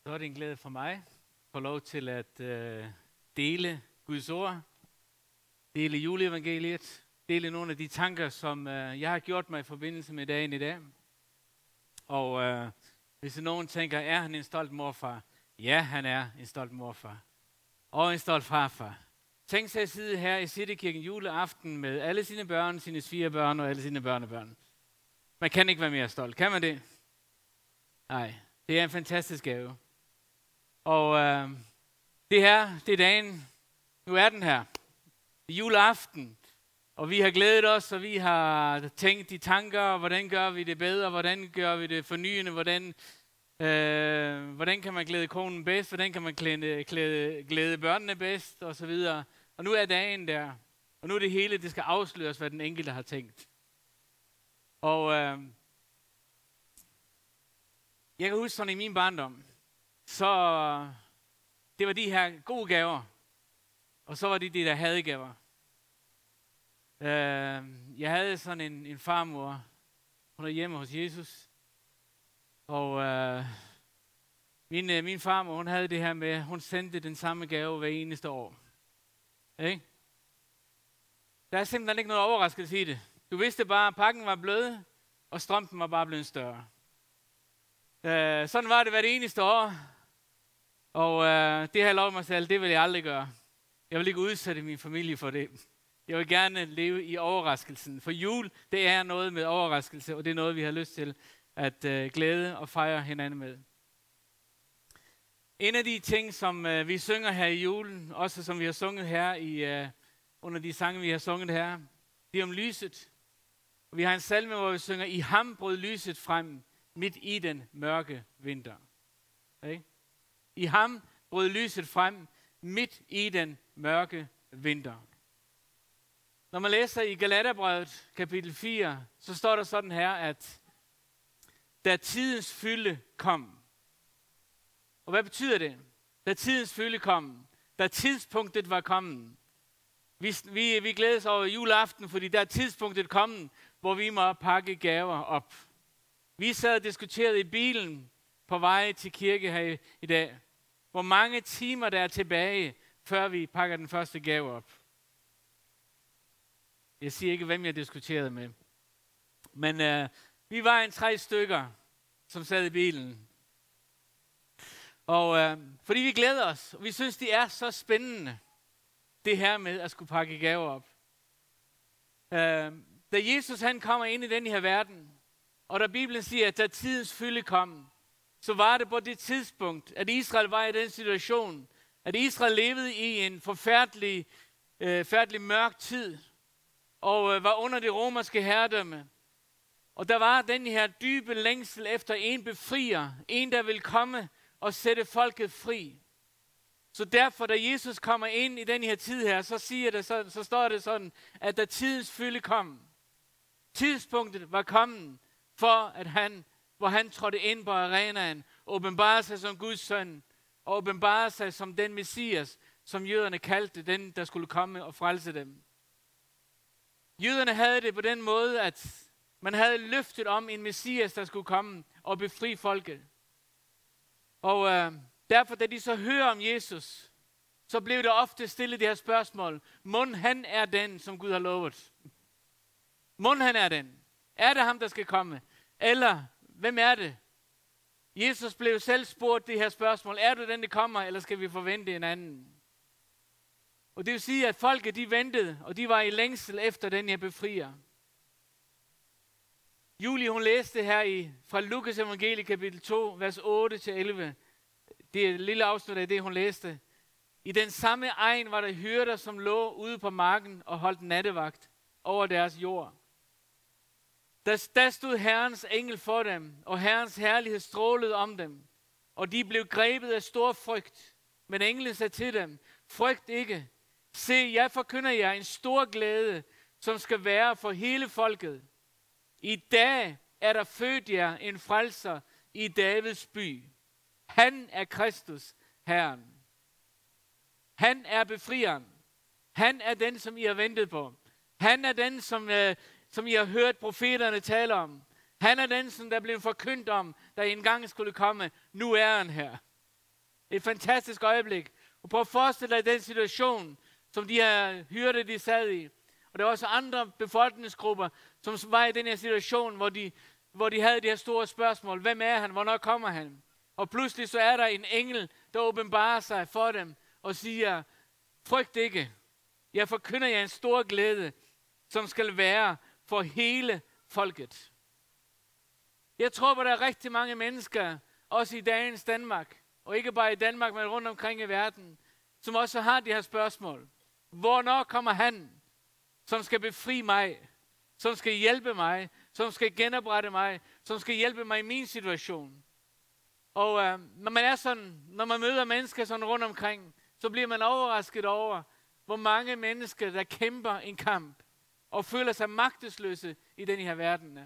Så er det en glæde for mig at få lov til at dele Guds ord, dele juleevangeliet, dele nogle af de tanker, som jeg har gjort mig i forbindelse med dagen i dag. Og hvis nogen tænker, er han en stolt morfar? Ja, han er en stolt morfar. Og en stolt farfar. Tænk sig at sidde her i Citykirken juleaften med alle sine børn, sine svigerbørn og alle sine børnebørn. Man kan ikke være mere stolt. Kan man det? Nej, det er en fantastisk gave. Og det her, det er dagen. Nu er den her. Det er juleaften. Og vi har glædet os, og vi har tænkt de tanker, hvordan gør vi det bedre, hvordan gør vi det fornyende, hvordan kan man glæde konen bedst, hvordan kan man glæde børnene bedst, og så videre. Og nu er dagen der, og nu er det hele, det skal afsløres, hvad den enkelte har tænkt. Og jeg kan huske sådan i min barndom, så det var de her gode gaver, og så var det de der hadegaver. Jeg havde sådan en farmor, hun er hjemme hos Jesus, og min farmor, hun havde det her med, hun sendte den samme gave hver eneste år. Ikke? Der er simpelthen ikke noget overraskelse i det. Du vidste bare, at pakken var blød, og strømpen var bare blevet større. Sådan var det hvert eneste år, og det har jeg lovet mig selv, det vil jeg aldrig gøre. Jeg vil ikke udsætte min familie for det. Jeg vil gerne leve i overraskelsen, for jul, det er noget med overraskelse, og det er noget, vi har lyst til at glæde og fejre hinanden med. En af de ting, som vi synger her i julen, også som vi har sunget her under de sange, vi har sunget her, det er om lyset. Vi har en salme, hvor vi synger, i ham brød lyset frem, midt i den mørke vinter. Okay? I ham brød lyset frem, midt i den mørke vinter. Når man læser i Galaterbrevet kapitel 4, så står der sådan her, at da tidens fylde kom. Og hvad betyder det? Da tidens fylde kom. Da tidspunktet var kommet. Vi glædes over juleaften, fordi der er tidspunktet kommet, hvor vi må pakke gaver op. Vi sad og diskuterede i bilen på vej til kirke her i dag, hvor mange timer der er tilbage, før vi pakker den første gave op. Jeg siger ikke, hvem jeg diskuterede med. Men vi var 3 stykker, som sad i bilen. Og fordi vi glæder os, og vi synes, det er så spændende, det her med at skulle pakke gaver op. Da Jesus han kommer ind i den her verden, og da Bibelen siger, at da tidens fylde kom, så var det på det tidspunkt, at Israel var i den situation, at Israel levede i en forfærdelig mørk tid, og var under det romerske herredømme. Og der var den her dybe længsel efter en befrier, en der vil komme og sætte folket fri. Så derfor, da Jesus kommer ind i den her tid her, så står det sådan, at da tidens fylde kom, tidspunktet var kommet for, at hvor han trådte ind på arenaen, åbenbarede sig som Guds søn, og åbenbarede sig som den Messias, som jøderne kaldte den, der skulle komme og frelse dem. Jøderne havde det på den måde, at man havde løftet om en Messias, der skulle komme og befri folket. Og derfor, da de så hører om Jesus, så blev der ofte stillet det her spørgsmål. Mon han er den, som Gud har lovet? Mon han er den? Er det ham, der skal komme? Eller, hvem er det? Jesus blev selv spurgt det her spørgsmål. Er du den, der kommer, eller skal vi forvente en anden? Og det vil sige, at folket de ventede, og de var i længsel efter den her befrier. Julie, hun læste her fra Lukas evangelie kapitel 2, vers 8-11. Det er et lille afsnit af det, hun læste. I den samme egen var der hyrder, som lå ude på marken og holdt nattevagt over deres jord. Der stod Herrens engel for dem, og Herrens herlighed strålede om dem. Og de blev grebet af stor frygt. Men englen sagde til dem, frygt ikke. Se, jeg forkynder jer en stor glæde, som skal være for hele folket. I dag er der født jer en frelser i Davids by. Han er Kristus, Herren. Han er befrieren. Han er den, som I har ventet på. Han er den, som I har hørt profeterne tale om. Han er den, som der blev forkyndt om, der engang skulle komme. Nu er han her. Et fantastisk øjeblik. Og prøv at forestille dig den situation, som de her hyrder, de sad i. Og der var også andre befolkningsgrupper, som var i den her situation, hvor de havde de her store spørgsmål. Hvem er han? Hvornår kommer han? Og pludselig så er der en engel, der åbenbarer sig for dem og siger, frygt ikke. Jeg forkynder jer en stor glæde, som skal være for hele folket. Jeg tror, at der er rigtig mange mennesker, også i dagens Danmark, og ikke bare i Danmark, men rundt omkring i verden, som også har de her spørgsmål. Hvornår kommer han, som skal befri mig, som skal hjælpe mig, som skal genoprette mig, som skal hjælpe mig i min situation? Og når man møder mennesker sådan rundt omkring, så bliver man overrasket over, hvor mange mennesker, der kæmper en kamp, og føler sig magtesløse i den her verden.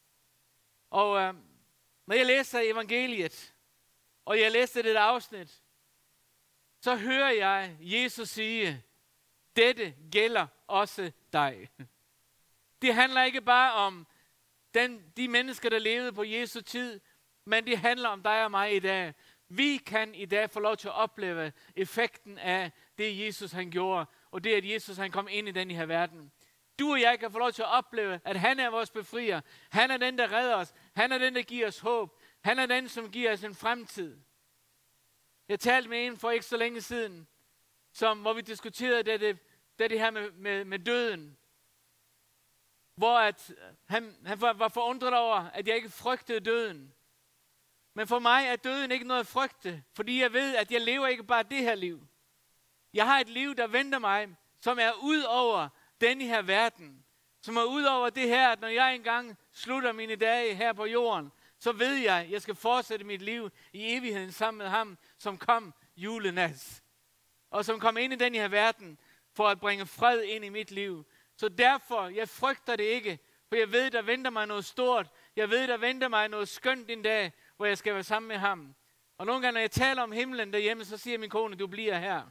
Og når jeg læser evangeliet, og jeg læser det afsnit, så hører jeg Jesus sige, dette gælder også dig. Det handler ikke bare om de mennesker, der levede på Jesu tid, men det handler om dig og mig i dag. Vi kan i dag få lov til at opleve effekten af det, Jesus han gjorde, og det, at Jesus han kom ind i den her verden. Du og jeg kan få lov til at opleve, at han er vores befrier. Han er den, der redder os. Han er den, der giver os håb. Han er den, som giver os en fremtid. Jeg talte med en for ikke så længe siden, hvor vi diskuterede det her med døden. Hvor han var forundret over, at jeg ikke frygtede døden. Men for mig er døden ikke noget at frygte, fordi jeg ved, at jeg lever ikke bare det her liv. Jeg har et liv, der venter mig, som er ud over denne her verden. Som er ud over det her, at når jeg engang slutter mine dage her på jorden, så ved jeg, at jeg skal fortsætte mit liv i evigheden sammen med ham, som kom julenat. Og som kom ind i den her verden for at bringe fred ind i mit liv. Så derfor, jeg frygter det ikke, for jeg ved, der venter mig noget stort. Jeg ved, der venter mig noget skønt en dag, hvor jeg skal være sammen med ham. Og nogle gange, når jeg taler om himlen derhjemme, så siger min kone, du bliver her.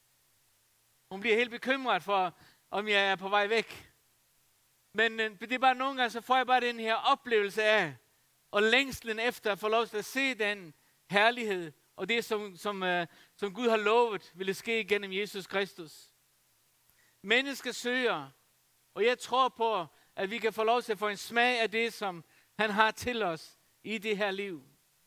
Hun bliver helt bekymret for, om jeg er på vej væk. Men det er bare nogle gange, så får jeg bare den her oplevelse af, og længslen efter at få lov til at se den herlighed, og det, som Gud har lovet, ville ske gennem Jesus Kristus. Mennesker søger, og jeg tror på, at vi kan få lov til at få en smag af det, som han har til os i det her liv.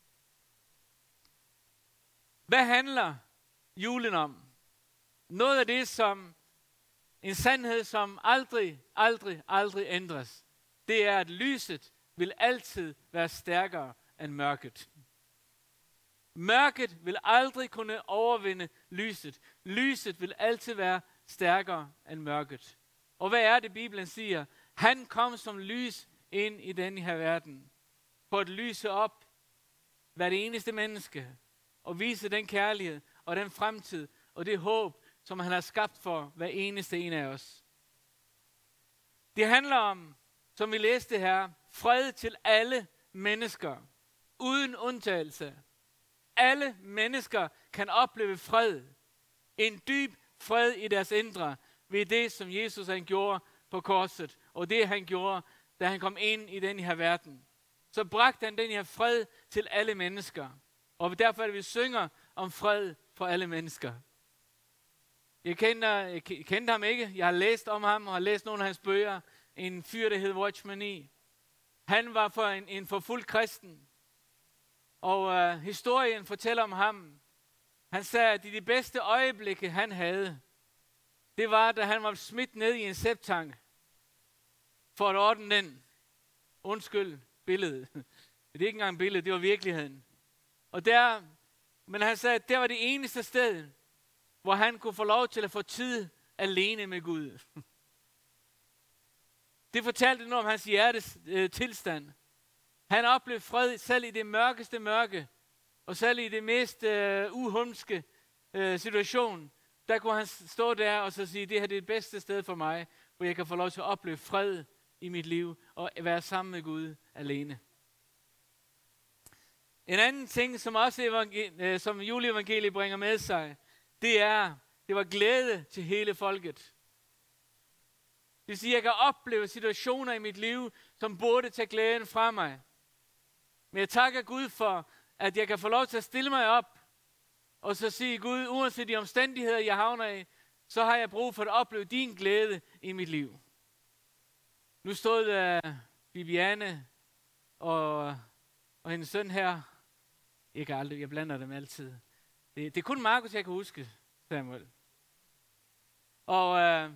Hvad handler julen om? Noget af det, som en sandhed, som aldrig ændres, det er, at lyset vil altid være stærkere end mørket. Mørket vil aldrig kunne overvinde lyset. Lyset vil altid være stærkere end mørket. Og hvad er det, Bibelen siger? Han kom som lys ind i denne her verden, for at lyse op hver det eneste menneske, og vise den kærlighed og den fremtid og det håb, som han har skabt for hver eneste en af os. Det handler om, som vi læste her, fred til alle mennesker, uden undtagelse. Alle mennesker kan opleve fred, en dyb fred i deres indre, ved det, som Jesus han gjorde på korset, og det han gjorde, da han kom ind i den her verden. Så bragte han den her fred til alle mennesker, og derfor er det, vi synger om fred for alle mennesker. Jeg kendte ham ikke. Jeg har læst om ham og har læst nogle af hans bøger. En fyr, der hed Watchman Nee. Han var en forfulgt kristen. Og historien fortæller om ham. Han sagde, at de bedste øjeblikke, han havde, det var, da han var smidt ned i en septang for at ordne den. Undskyld billedet. Det er ikke engang billedet, det var virkeligheden. Men han sagde, at det var det eneste sted, hvor han kunne få lov til at få tid alene med Gud. Det fortalte noget om hans hjertes tilstand. Han oplevede fred selv i det mørkeste mørke, og selv i det mest uhumske situation. Der kunne han stå der og så sige, det her det er det bedste sted for mig, hvor jeg kan få lov til at opleve fred i mit liv, og være sammen med Gud alene. En anden ting, som også som juleevangeliet bringer med sig, det var glæde til hele folket. Det vil sige, at jeg kan opleve situationer i mit liv, som burde tage glæden fra mig. Men jeg takker Gud for, at jeg kan få lov til at stille mig op og så sige, Gud, uanset de omstændigheder, jeg havner i, så har jeg brug for at opleve din glæde i mit liv. Nu stod der Viviane og hendes søn her. Jeg blander dem altid. Det er kun Markus, jeg kan huske, Samuel. Og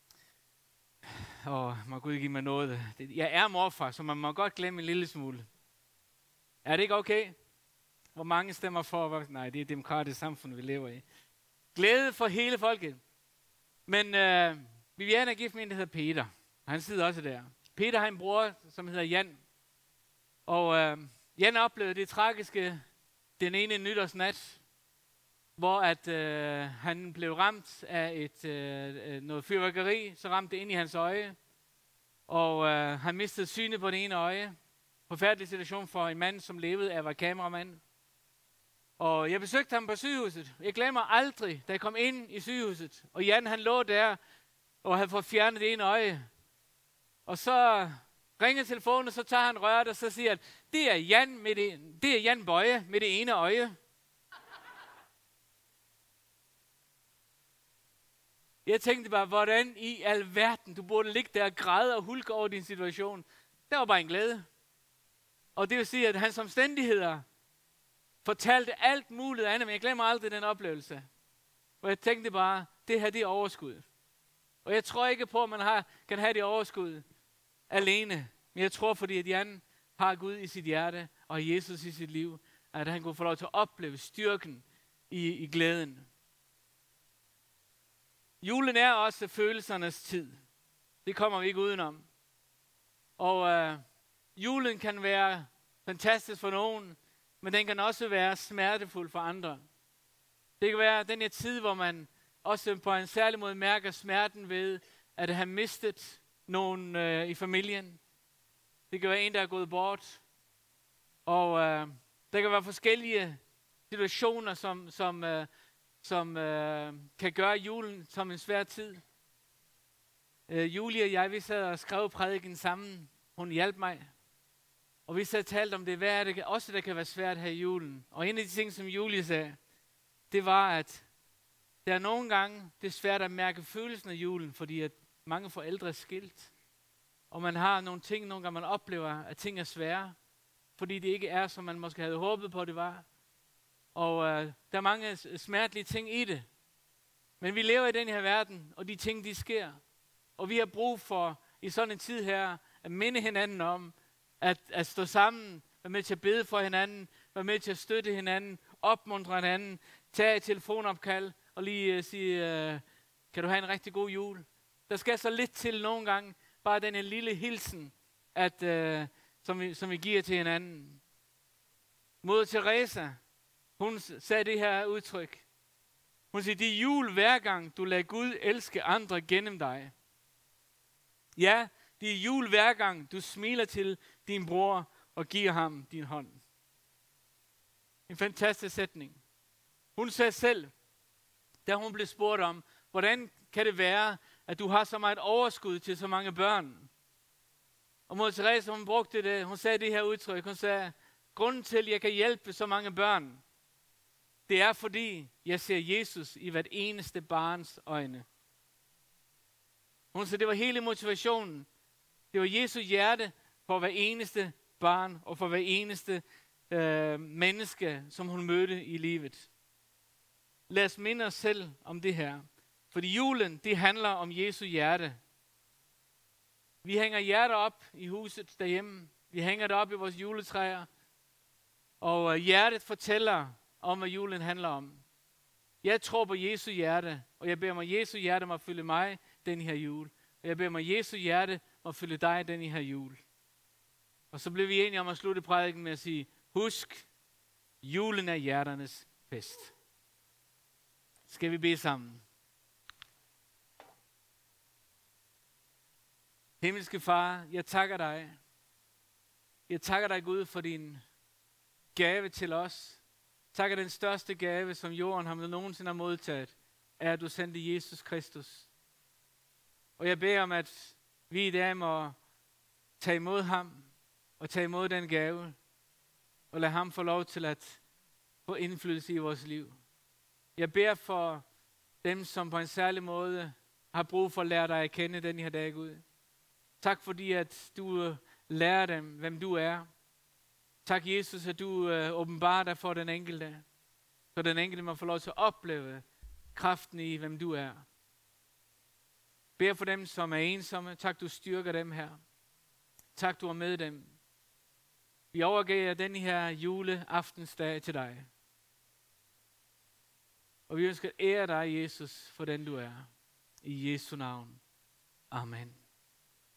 må Gud give mig noget. Jeg er morfar, så man må godt glemme en lille smule. Er det ikke okay? Hvor mange stemmer for? Nej, det er et demokratisk samfund, vi lever i. Glæde for hele folket. Men Viviane er gift med en, der hedder Peter. Han sidder også der. Peter har en bror, som hedder Jan. Og Jan oplevede det tragiske den ene nytårsnat, hvor at han blev ramt af noget fyrværkeri, så ramte det ind i hans øje. Og han mistede synet på det ene øje. Forfærdelig situation for en mand, som levede af at være kameramand. Og jeg besøgte ham på sygehuset. Jeg glemmer aldrig, da jeg kom ind i sygehuset. Og Jan, han lå der og havde fået fjernet det ene øje. Og så ringer telefonen, og så tager han røret, og så siger han, det er Jan Bøje med det ene øje. Jeg tænkte bare, hvordan i alverden, du burde ligge der og græde og hulke over din situation. Det var bare en glæde. Og det vil sige, at hans omstændigheder fortalte alt muligt andet, men jeg glemmer aldrig den oplevelse. Og jeg tænkte bare, det her det er overskud. Og jeg tror ikke på, at man kan have det overskud alene. Men jeg tror, fordi at Jan har Gud i sit hjerte og Jesus i sit liv, at han kunne få lov til at opleve styrken i glæden. Julen er også følelsernes tid. Det kommer vi ikke udenom. Og julen kan være fantastisk for nogen, men den kan også være smertefuld for andre. Det kan være den her tid, hvor man også på en særlig måde mærker smerten ved at have mistet nogen i familien. Det kan være en, der er gået bort. Og der kan være forskellige situationer, som kan gøre julen som en svær tid. Julie og jeg, vi sad og skrev prædiken sammen. Hun hjalp mig. Og vi sad og talte om det, hvad er det også, der kan være svært her i julen. Og en af de ting, som Julie sagde, det var, at der er nogle gange, det er svært at mærke følelsen af julen, fordi at mange forældre er skilt. Og man har nogle ting, nogle gange man oplever, at ting er svære, fordi det ikke er, som man måske havde håbet på, det var. Og der er mange smertelige ting i det. Men vi lever i den her verden, og de ting, de sker. Og vi har brug for, i sådan en tid her, at minde hinanden om, at stå sammen, være med til at bede for hinanden, være med til at støtte hinanden, opmuntre hinanden, tage et telefonopkald og lige sige, kan du have en rigtig god jul? Der skal så lidt til nogle gange, bare den en lille hilsen, som vi giver til hinanden. Moder Teresa, hun sagde det her udtryk. Hun siger, det er jul hver gang, du lader Gud elske andre gennem dig. Ja, det er jul hver gang, du smiler til din bror og giver ham din hånd. En fantastisk sætning. Hun sagde selv, da hun blev spurgt om, hvordan kan det være, at du har så meget overskud til så mange børn? Og Moder Teresa, hun brugte det, hun sagde det her udtryk, hun sagde, grunden til, at jeg kan hjælpe så mange børn, det er fordi, jeg ser Jesus i hvert eneste barns øjne. Hun sagde, det var hele motivationen. Det var Jesu hjerte for hver eneste barn og for hver eneste menneske, som hun mødte i livet. Lad os minde os selv om det her. Fordi julen, det handler om Jesu hjerte. Vi hænger hjerter op i huset derhjemme. Vi hænger det op i vores juletræer. Og hjertet fortæller om, hvad julen handler om. Jeg tror på Jesu hjerte, og jeg beder mig, Jesu hjerte må fylde mig den her jul. Og jeg beder mig, Jesu hjerte må fylde dig den her jul. Og så blev vi enige om at slutte prædiken med at sige, husk, julen er hjerternes fest. Skal vi bede sammen? Himmelske Far, jeg takker dig. Jeg takker dig, Gud, for din gave til os. Takker den største gave, som jorden har nogensinde har modtaget, er, at du sendte Jesus Kristus. Og jeg beder om, at vi i dag må tage imod ham, og tage imod den gave, og lade ham få lov til at få indflydelse i vores liv. Jeg beder for dem, som på en særlig måde har brug for at lære dig at kende den her dag, Gud. Tak fordi, at du lærer dem, hvem du er. Tak, Jesus, at du åbenbarer dig for den enkelte, så den enkelte må få lov til at opleve kraften i, hvem du er. Beder for dem, som er ensomme. Tak, du styrker dem her. Tak, du er med dem. Vi overgiver den her juleaftensdag til dig. Og vi ønsker at ære dig, Jesus, for den du er. I Jesu navn. Amen.